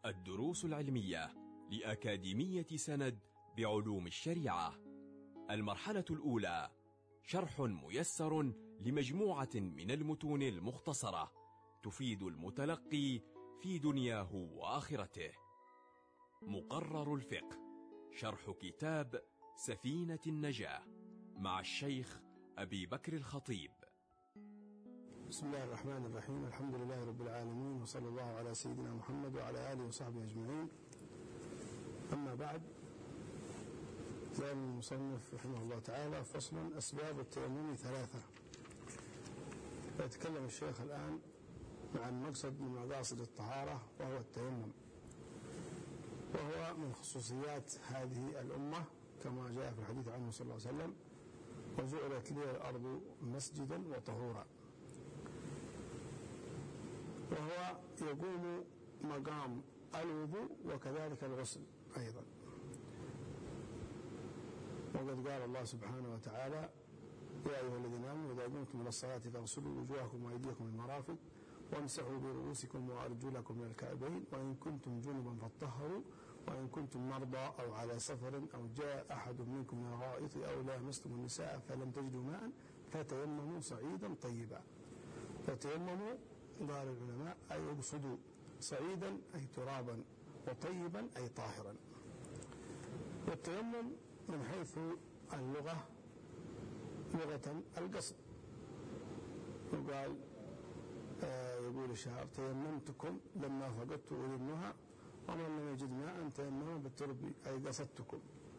الدروس العلمية لأكاديمية سند بعلوم الشريعة. المرحلة الأولى: شرح ميسر لمجموعة من المتون المختصرة تفيد المتلقي في دنياه وآخرته. مقرر الفقه، شرح كتاب سفينة النجاة مع الشيخ أبي بكر الخطيب. بسم الله الرحمن الرحيم. الحمد لله رب العالمين، وصلى الله على سيدنا محمد وعلى آله وصحبه أجمعين. أما بعد، قال المصنف رحمه الله تعالى: فصل: أسباب التيمم ثلاثة. يتكلم الشيخ الآن عن مقصد من مقاصد الطهارة، وهو التيمم، وهو من خصوصيات هذه الأمة كما جاء في الحديث عنه صلى الله عليه وسلم: وجعلت لي الأرض مسجدا وطهورا. وهو يقوم مقام الوضوء وكذلك الغسل أيضا. وقد قال الله سبحانه وتعالى: يا أيها الذين آمنوا إذا قمتم إلى الصلاة فاغسلوا وجوهكم وأيديكم من المرافق وامسحوا برؤوسكم وأرجلكم من الكعبين وإن كنتم جنبا فاطهروا وإن كنتم مرضى أو على سفر أو جاء أحد منكم من الغائط أو لامستم النساء فلم تجدوا ماء فتيمموا صعيدا طيبا. فتيمموا قال العلماء أي يقصدوا صعيدا أي ترابا، وطيبا أي طاهرا. والتيمم من حيث اللغة لغة القصد، وقال يقول الشاعر: تيممتكم لما فقدت أولي النهى ومن لم يجد ماء تيمم بالترب أي قصدتكم.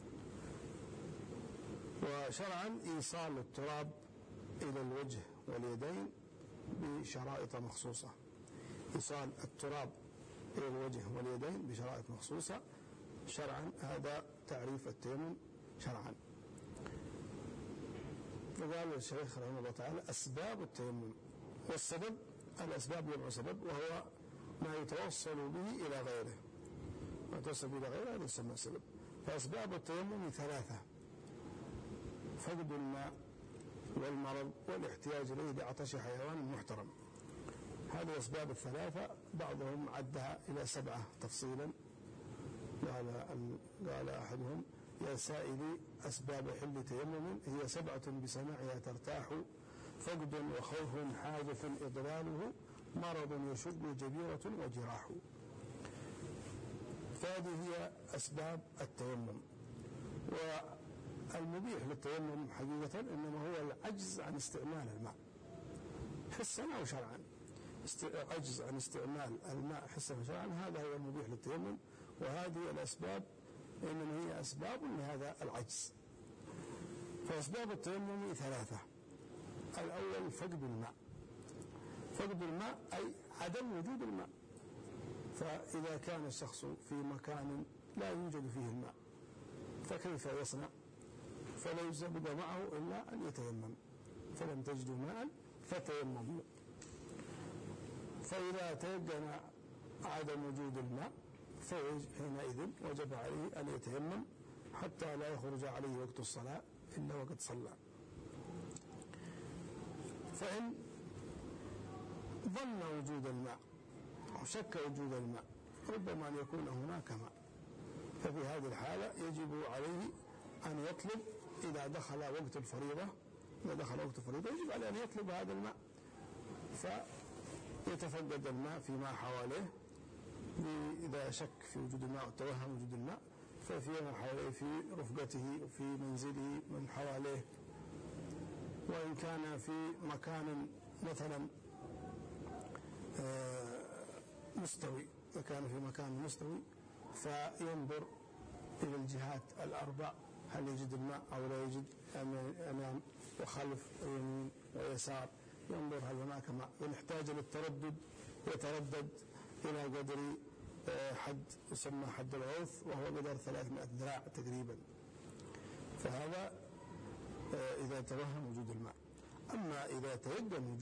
وشرعا إيصال التراب إلى الوجه واليدين بشرائط مخصوصة. إيصال التراب إلى الوجه واليدين بشرائط مخصوصة شرعا، هذا تعريف التيمم شرعا. فقال الشيخ رحمه الله تعالى: أسباب التيمم. والسبب، الأسباب جمع سبب، وهو ما يتوصل به إلى غيره. ما يتوصل به إلى غيره هذا يسمى سبب. فأسباب التيمم ثلاثة: فقد الماء والمرض والاحتياج إليه لعطش حيوان محترم. هذه الأسباب الثلاثة، بعضهم عدها إلى 7 تفصيلا. قال أحدهم: يا سائلي أسباب حل تيمم هي 7 بسماعها ترتاح: فقد وخوف حاجة إضلاله مرض يشق جبيرة وجراح. فهذه هي أسباب التيمم. والمبيح للتيمم حقيقة إنما هو العجز عن استعمال الماء حسا أو شرعا. عجز عن استعمال الماء حسا أو شرعا، هذا هو المبيح للتيمم. وهذه الأسباب إنما هي أسباب لهذا العجز. فأسباب التيمم 3: الأول فقد الماء. فقد الماء أي عدم وجود الماء. فإذا كان الشخص في مكان لا يوجد فيه الماء فكيف يصنع؟ فلا يبقى معه إلا أن يتيمم. فلم تجدوا ماء فتيمموا. فإذا تيقن عدم وجود الماء فحينئذ وجب عليه أن يتيمم حتى لا يخرج عليه وقت الصلاة إلا وقد صلى. فإن ظن وجود الماء أو شك وجود الماء ربما أن يكون هناك ماء، ففي هذه الحالة يجب عليه أن يطلب إذا دخل وقت الفريضة. يجب عليه أن يطلب هذا الماء، فيتفقد الماء فيما حواليه. إذا شك في وجود الماء وتوهم وجود الماء ففيما حواليه، في رفقته وفي منزله من حواليه. وإن كان في مكان مثلا مستوي، فينظر إلى الجهات الأربع هل يجد الماء أو لا يجد، أمام وخلف ويمين ويسار، ينظر هل هناك ماء. وإن احتاج للتردد يتردد إلى قدر حد يسمى حد الغوث، وهو قدر 300 ذراع تقريبا. فهذا إذا توهم وجود الماء. أما إذا تيقن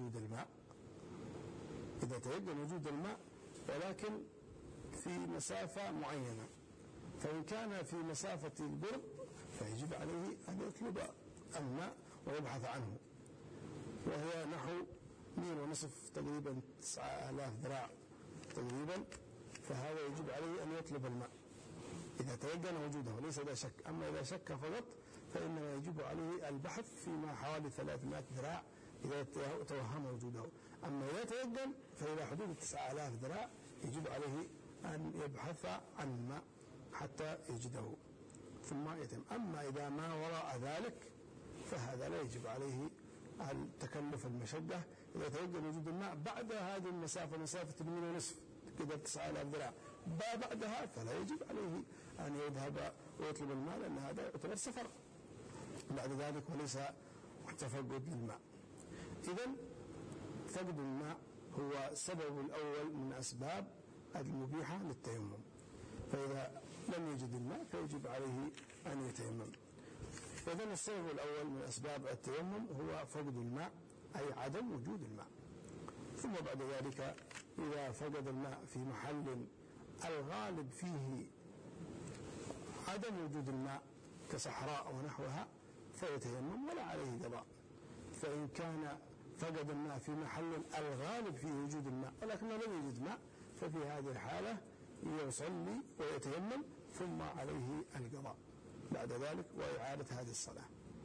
وجود الماء ولكن في مسافة معينة، فإن كان في مسافة القرب فيجب عليه أن يطلب الماء ويبحث عنه، وهي نحو 1.5 ميل تقريبا 9000 ذراع تقريبا. فهذا يجب عليه أن يطلب الماء إذا تيقن وجوده وليس إذا شك. أما إذا شك فقط فإنما يجب عليه البحث فيما حوالي 300 ذراع إذا توهم وجوده. أما إذا تيقن فإلى حدود 9000 ذراع يجب عليه أن يبحث عن الماء حتى يجده ثم يتم. أما إذا ما وراء ذلك فهذا لا يجب عليه التكلف المشقة. إذا تيقن وجود الماء بعد هذه المسافة، مسافة 1.5 كده 9000 ذراع بعدها، فلا يجب عليه أن يذهب ويطلب الماء، لأن هذا يعتبر سفر بعد ذلك وليس تفقد للماء. إذن فقد الماء هو السبب الأول من أسباب المبيحة للتيمم، فإذا لم يجد الماء فيجب عليه أن يتيمم. إذن السبب الأول من أسباب التيمم هو فقد الماء، أي عدم وجود الماء. ثم بعد ذلك إذا فقد الماء في محل الغالب فيه عدم وجود الماء كصحراء ونحوها فيتيمم ولا عليه قضاء. فإن كان فقد الماء في محل الغالب فيه وجود الماء ولكنه لم يجد ماء، ففي هذه الحالة يصلي ويتيمم ثم عليه القضاء بعد ذلك وإعادة هذه الصلاة.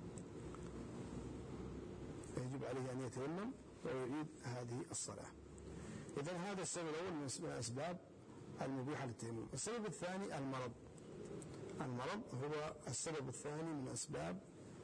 يجب عليه أن يتيمم ويعيد هذه الصلاة. إذن هذا السبب الأول من أسباب المبيحة للتيمم. السبب الثاني المرض. المرض هو السبب الثاني من أسباب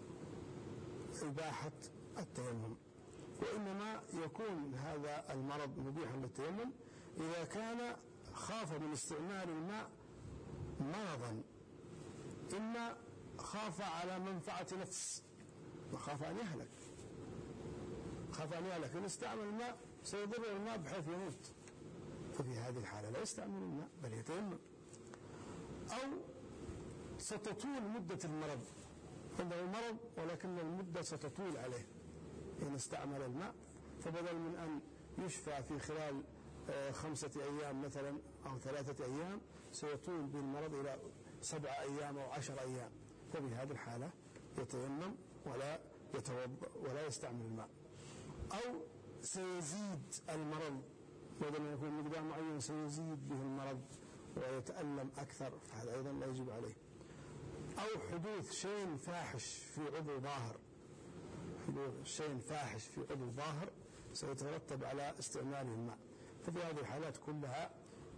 إباحة التيمم، وإنما يكون هذا المرض مبيحا للتيمم إذا كان خاف من استعمال الماء مرضا، إما خاف على منفعة نفس وخاف أن يهلك، خاف أن يهلك إن استعمل الماء سيضر الماء بحيث يموت، ففي هذه الحالة لا يستعمل الماء بل يتيمم. أو ستطول مدة المرض، عنده المرض ولكن المدة ستطول عليه إن استعمل الماء، فبدل من أن يشفى في خلال 5 أيام مثلا أو 3 أيام سيطول بالمرض إلى 7 أيام أو 10 أيام، ففي هذه الحالة يتيمم ولا يتوضأ ولا يستعمل الماء. أو سيزيد المرض، بدل ما يكون مقدار معين سيزيد به المرض ويتألم أكثر، فهذا أيضا لا يجب عليه. أو حدوث شيء فاحش في عضو ظاهر، حدوث شيء فاحش في عضو ظاهر سيترتب على استعمال الماء، ففي هذه الحالات كلها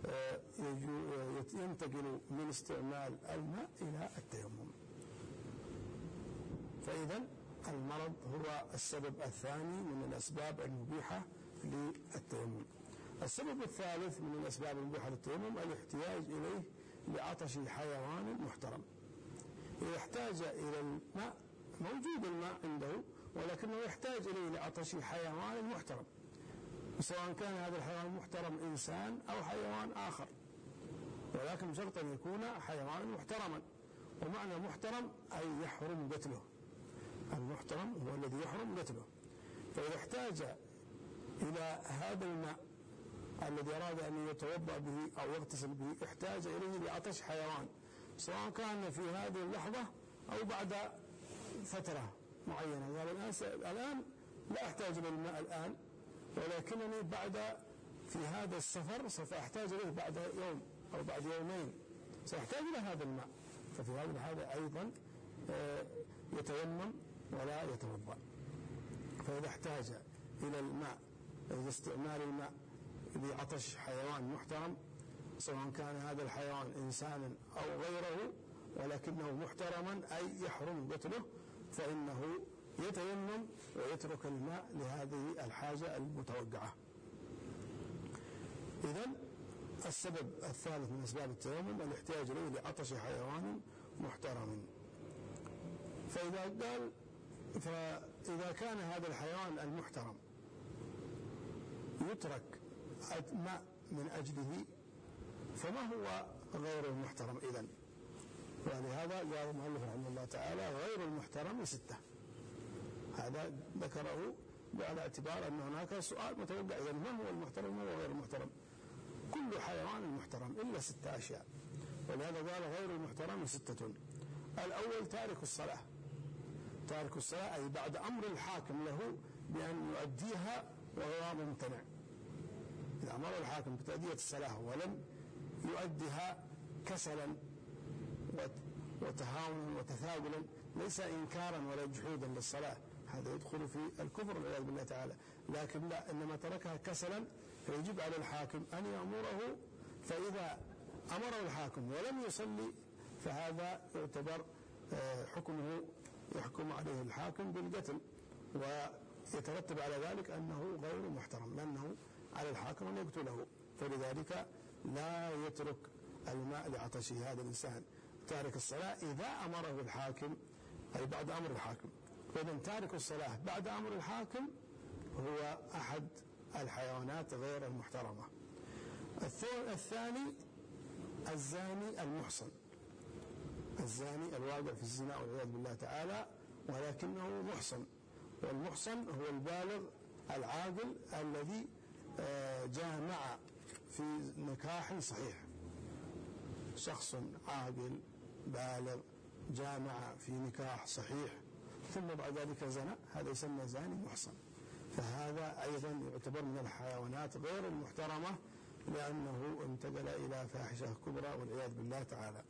ينتقل من استعمال الماء إلى التيمم. فإذا المرض هو السبب الثاني من الأسباب المبيحة للتيمم. السبب الثالث من الأسباب المبيحة للتيمم الاحتياج إليه لعطش حيوان محترم. إذا احتاج إلى الماء، موجود الماء عنده ولكنه يحتاج إليه لعطش حيوان محترم، سواء كان هذا الحيوان المحترم إنسان أو حيوان آخر، ولكن بشرط أن يكون حيوان محترما. ومعنى محترم أي يحرم قتله، المحترم هو الذي يحرم قتله. فإذا احتاج إلى هذا الماء الذي أراد أن يتوضأ به أو يغتسل به، احتاج إليه لعطش حيوان، سواء كان في هذه اللحظة أو بعد فترة معينة. قال الآن لا أحتاج إلى الماء الآن، ولكنني في هذا السفر سوف أحتاج إليه بعد يوم أو بعد يومين، سأحتاج إلى هذا الماء، ففي هذه الحالة أيضا يتيمم ولا يتوضأ. فإذا احتاج إلى الماء لاستعمال الماء لعطش حيوان محترم، سواء كان هذا الحيوان إنسانا أو غيره ولكنه محترما أي يحرم قتله، فإنه يتيمم ويترك الماء لهذه الحاجة المتوقعة. إذن السبب الثالث من أسباب التيمم الاحتياج إليه لعطش حيوان محترم. فإذا كان هذا الحيوان المحترم يترك ماء من أجله، فما هو غير المحترم إذن؟ ولهذا قال المؤلف رحمه الله تعالى غير المحترم 6. هذا ذكره على اعتبار أن هناك سؤال متوقع، إذن ما هو المحترم وما هو غير المحترم؟ كل حيوان محترم إلا 6 أشياء، ولهذا قال غير المحترم 6. الأول تارك الصلاة. تارك الصلاة أي بعد أمر الحاكم له بأن يؤديها وهو ممتنع. إذا أمر الحاكم بتأدية الصلاة ولم يؤديها كسلا وتهاونا وتثاقلا، ليس إنكارا ولا جحودا للصلاة، هذا يدخل في الكفر والعياذ بالله تعالى، لكن لا، إنما تركها كسلا، فيجب على الحاكم أن يأمره، فإذا أمره الحاكم ولم يصلي فهذا يعتبر حكمه، يحكم عليه الحاكم بالقتل، ويترتب على ذلك أنه غير محترم، لأنه على الحاكم أن يقتله. فلذلك لا يترك الماء لعطشه هذا الإنسان تارك الصلاة إذا أمره الحاكم، أي بعد أمر الحاكم. فإذا تارك الصلاة بعد أمر الحاكم هو أحد الحيوانات غير المحترمة. الثاني الزاني المحصن، الزاني الواقع في الزنا والعياذ بالله تعالى ولكنه محصن، والمحصن هو البالغ العاقل الذي جامع في نكاح صحيح، شخص عاقل بالغ جامع في نكاح صحيح ثم بعد ذلك زنى، هذا يسمى زاني محصن، فهذا أيضا يعتبر من الحيوانات غير المحترمة لأنه انتقل إلى فاحشة كبرى والعياذ بالله تعالى.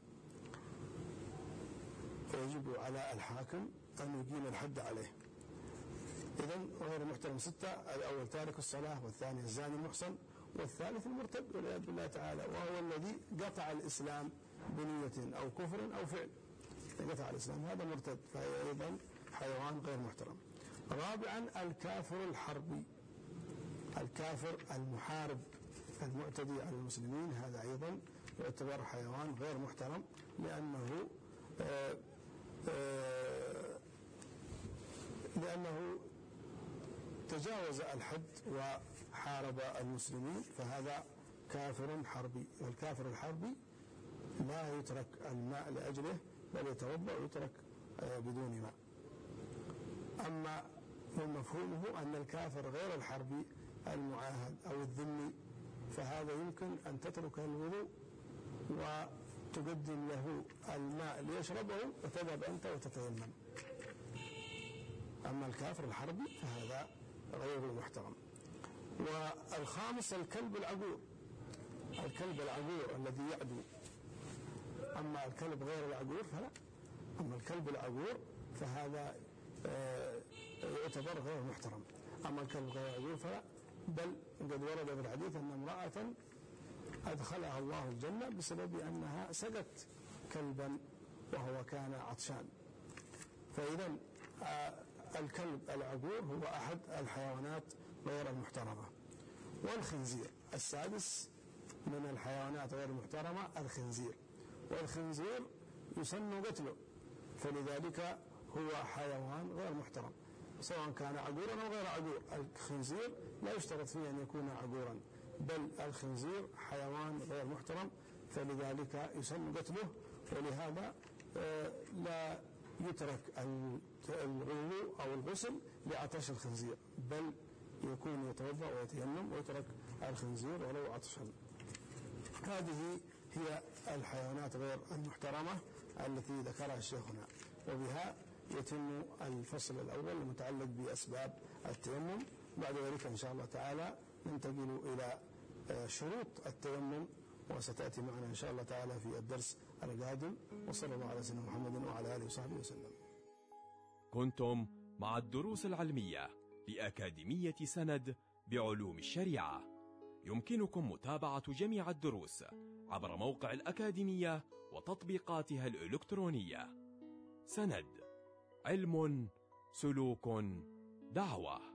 فيجب على الحاكم أن يقيم الحد عليه. إذن غير محترم 6: الأول تارك الصلاة، والثاني الزاني المحصن، والثالث المرتد والعياذ بالله تعالى، وهو الذي قطع الإسلام بنية أو كفر أو فعل، قطع الإسلام، هذا مرتد، فهي أيضا حيوان غير محترم. رابعا الكافر الحربي، الكافر المحارب المعتدي على المسلمين، هذا أيضا يعتبر حيوان غير محترم لأنه تجاوز الحد وحارب المسلمين، فهذا كافر حربي. والكافر الحربي لا يترك الماء لأجله بل يتوضأ ويترك بدون ماء. أما من مفهومه أن الكافر غير الحربي المعاهد أو الذمي فهذا يمكن أن تترك الوضوء وتقدم له الماء ليشربه وتذهب أنت وتتيمم. أما الكافر الحربي فهذا غير محترم. والخامس الكلب العقور، الكلب العقور الذي يعدو. أما الكلب غير العقور فلا، أما الكلب العقور فهذا يعتبر غير محترم. أما الكلب غير العقور فلا، بل قد ورد في الحديث أن امرأة أدخلها الله الجنة بسبب أنها سقت كلبا وهو كان عطشان. فإذا الكلب العقور هو أحد الحيوانات غير المحترمة. والخنزير السادس من الحيوانات غير المحترمة الخنزير، والخنزير يسن قتله، فلذلك هو حيوان غير محترم سواء كان عقورا أو غير عقور. الخنزير لا يشترط فيه أن يكون عقورا، بل الخنزير حيوان غير محترم، فلذلك يسن قتله. ولهذا لا يترك الوضوء أو الغسل لعطش الخنزير، بل يكون يتوضأ ويتيمم ويترك الخنزير ولو عطشا. هذه هي الحيوانات غير المحترمة التي ذكرها شيخنا، وبها يتم الفصل الأول المتعلق بأسباب التيمم. بعد ذلك إن شاء الله تعالى ننتقل إلى شروط التيمم، وستأتي معنا إن شاء الله تعالى في الدرس القادم. وصلى الله على سيدنا محمد وعلى آله وصحبه وسلم. كنتم مع الدروس العلمية لأكاديمية سند بعلوم الشريعة. يمكنكم متابعة جميع الدروس عبر موقع الأكاديمية وتطبيقاتها الإلكترونية. سند، علم، سلوك، دعوة.